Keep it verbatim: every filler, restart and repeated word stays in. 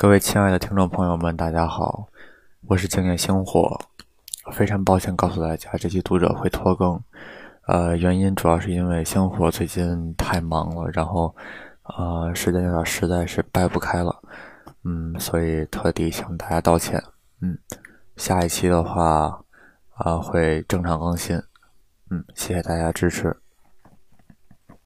各位亲爱的听众朋友们，大家好，我是静夜星火。非常抱歉告诉大家，这期读者会拖更，呃，原因主要是因为星火最近太忙了，然后，呃，时间有点实在是掰不开了，嗯，所以特地向大家道歉，嗯，下一期的话，呃，会正常更新，嗯，谢谢大家支持。